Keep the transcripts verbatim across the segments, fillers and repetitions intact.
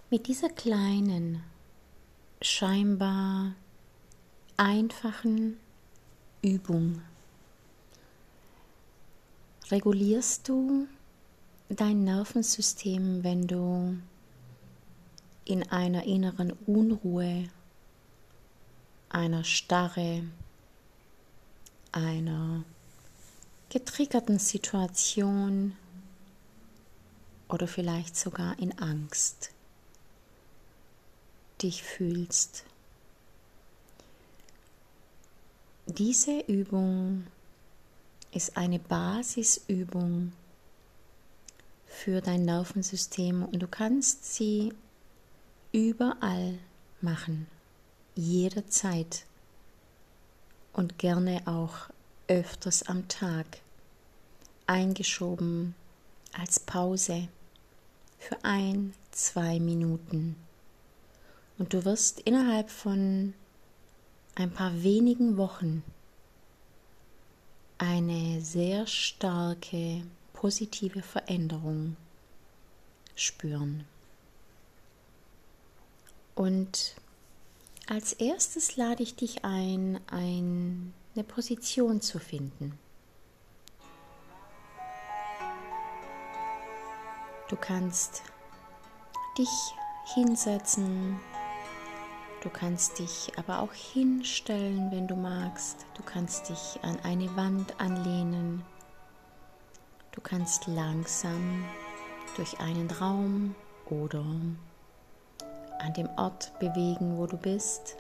Mit dieser kleinen, scheinbar einfachen Übung regulierst du dein Nervensystem, wenn du in einer inneren Unruhe, einer Starre, einer getriggerten Situation oder vielleicht sogar in Angst dich fühlst. Diese Übung ist eine Basisübung für dein Nervensystem und du kannst sie überall machen, jederzeit und gerne auch öfters am Tag, eingeschoben als Pause für ein, zwei Minuten. Und du wirst innerhalb von ein paar wenigen Wochen eine sehr starke positive Veränderung spüren. Und als erstes lade ich dich ein, eine Position zu finden. Du kannst dich hinsetzen, du kannst dich aber auch hinstellen, wenn du magst. Du kannst dich an eine Wand anlehnen. Du kannst langsam durch einen Raum oder an dem Ort bewegen, wo du bist.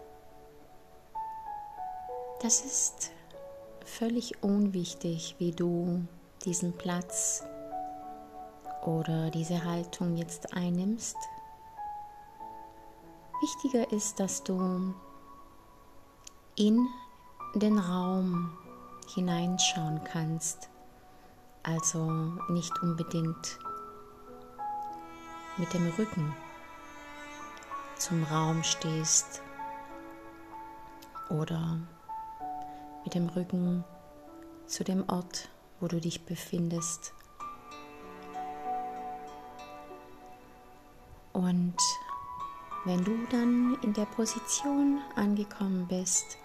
Das ist völlig unwichtig, wie du diesen Platz oder diese Haltung jetzt einnimmst. Wichtiger ist, dass du in den Raum hineinschauen kannst, also nicht unbedingt mit dem Rücken zum Raum stehst oder mit dem Rücken zu dem Ort, wo du dich befindest. Und wenn du dann in der Position angekommen bist,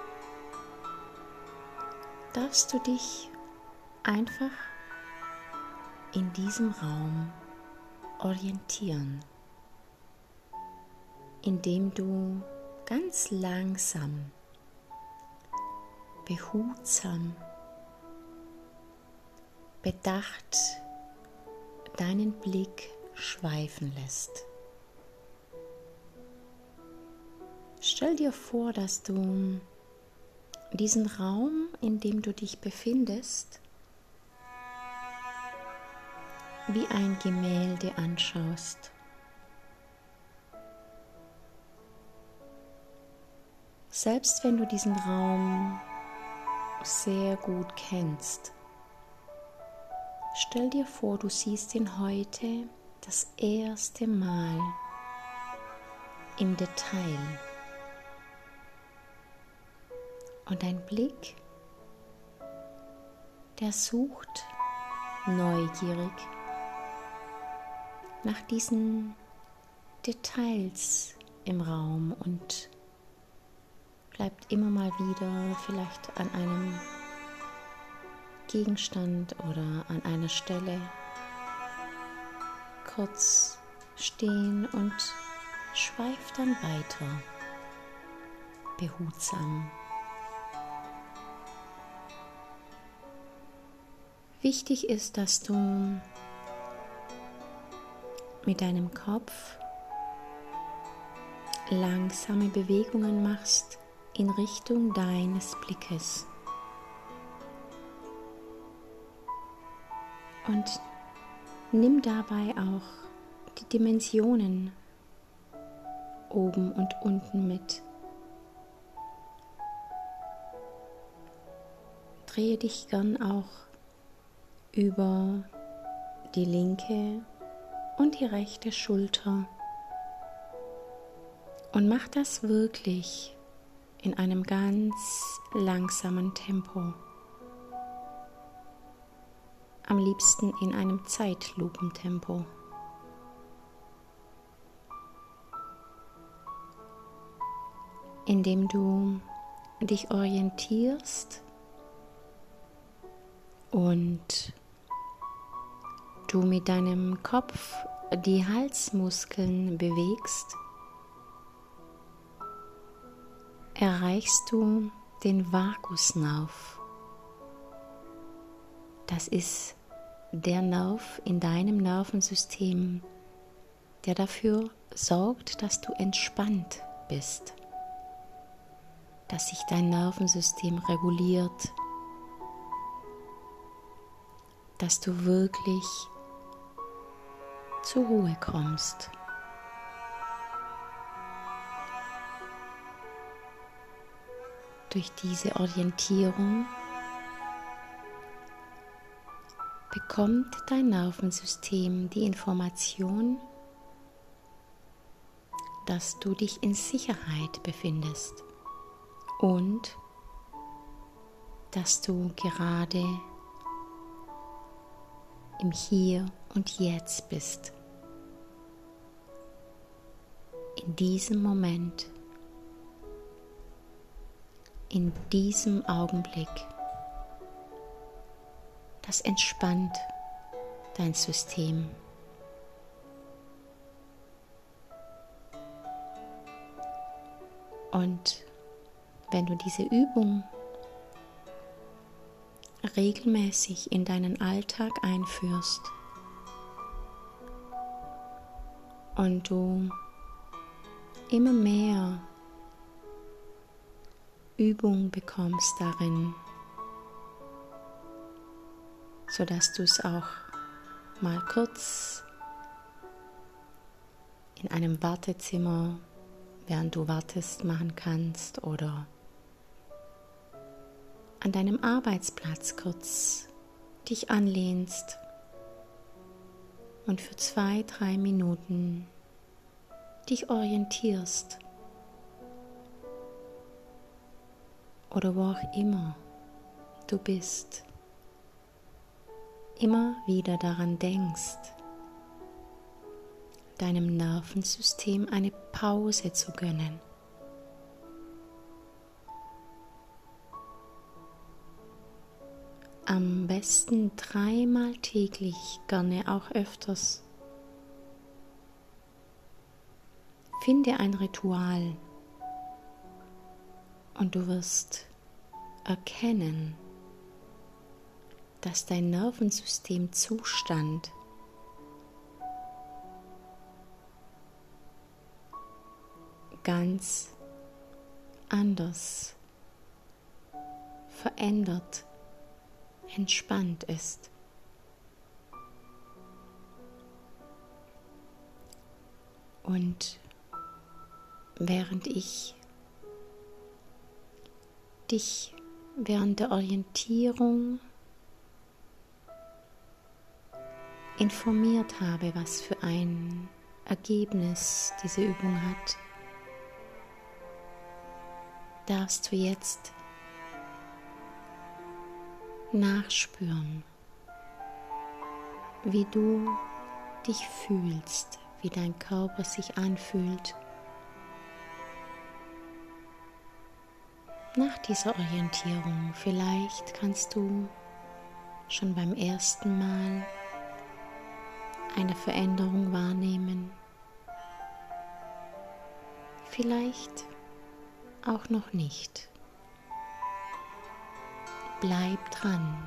darfst du dich einfach in diesem Raum orientieren, indem du ganz langsam, behutsam, bedacht deinen Blick schweifen lässt. Stell dir vor, dass du diesen Raum, in dem du dich befindest, wie ein Gemälde anschaust. Selbst wenn du diesen Raum sehr gut kennst, stell dir vor, du siehst ihn heute das erste Mal im Detail. Und dein Blick, der sucht neugierig nach diesen Details im Raum und bleibt immer mal wieder vielleicht an einem Gegenstand oder an einer Stelle kurz stehen und schweift dann weiter, behutsam. Wichtig ist, dass du mit deinem Kopf langsame Bewegungen machst in Richtung deines Blickes. Und nimm dabei auch die Dimensionen oben und unten mit. Drehe dich gern auch über die linke und die rechte Schulter und mach das wirklich in einem ganz langsamen Tempo. Am liebsten in einem Zeitlupentempo. indem du dich orientierst und du mit deinem Kopf die Halsmuskeln bewegst, erreichst du den Vagusnerv. Das ist der Nerv in deinem Nervensystem, der dafür sorgt, dass du entspannt bist, dass sich dein Nervensystem reguliert, dass du wirklich zur Ruhe kommst. Durch diese Orientierung bekommt dein Nervensystem die Information, dass du dich in Sicherheit befindest und dass du gerade im Hier und Jetzt bist. In diesem Moment, in diesem Augenblick. Das entspannt dein System. Und wenn du diese Übung regelmäßig in deinen Alltag einführst und du immer mehr Übung bekommst darin, sodass du es auch mal kurz in einem Wartezimmer, während du wartest, machen kannst oder an deinem Arbeitsplatz kurz dich anlehnst und für zwei, drei Minuten dich orientierst oder wo auch immer du bist, immer wieder daran denkst, deinem Nervensystem eine Pause zu gönnen. Am besten dreimal täglich, gerne auch öfters. Finde ein Ritual und du wirst erkennen, dass dein Nervensystemzustand ganz anders, verändert, entspannt ist. Und während ich dich während der Orientierung informiert habe, was für ein Ergebnis diese Übung hat, darfst du jetzt nachspüren, wie du dich fühlst, wie dein Körper sich anfühlt nach dieser Orientierung. Vielleicht kannst du schon beim ersten Mal eine Veränderung wahrnehmen, vielleicht auch noch nicht. Bleib dran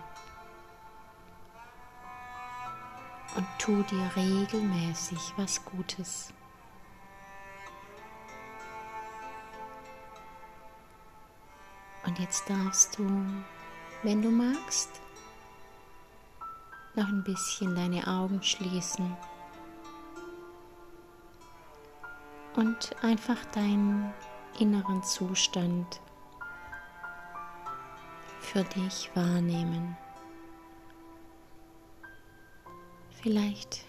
und tu dir regelmäßig was Gutes. Und jetzt darfst du, wenn du magst, noch ein bisschen deine Augen schließen und einfach deinen inneren Zustand für dich wahrnehmen. Vielleicht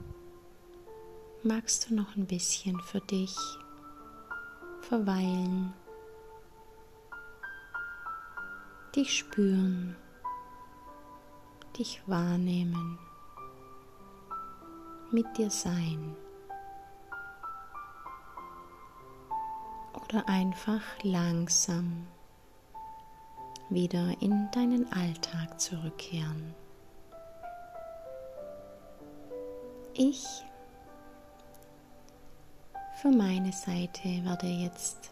magst du noch ein bisschen für dich verweilen, dich spüren, dich wahrnehmen, mit dir sein. oder einfach langsam wieder in deinen Alltag zurückkehren. Ich für meine Seite werde jetzt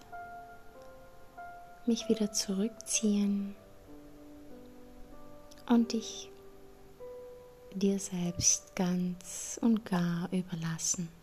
mich wieder zurückziehen und dich dir selbst ganz und gar überlassen.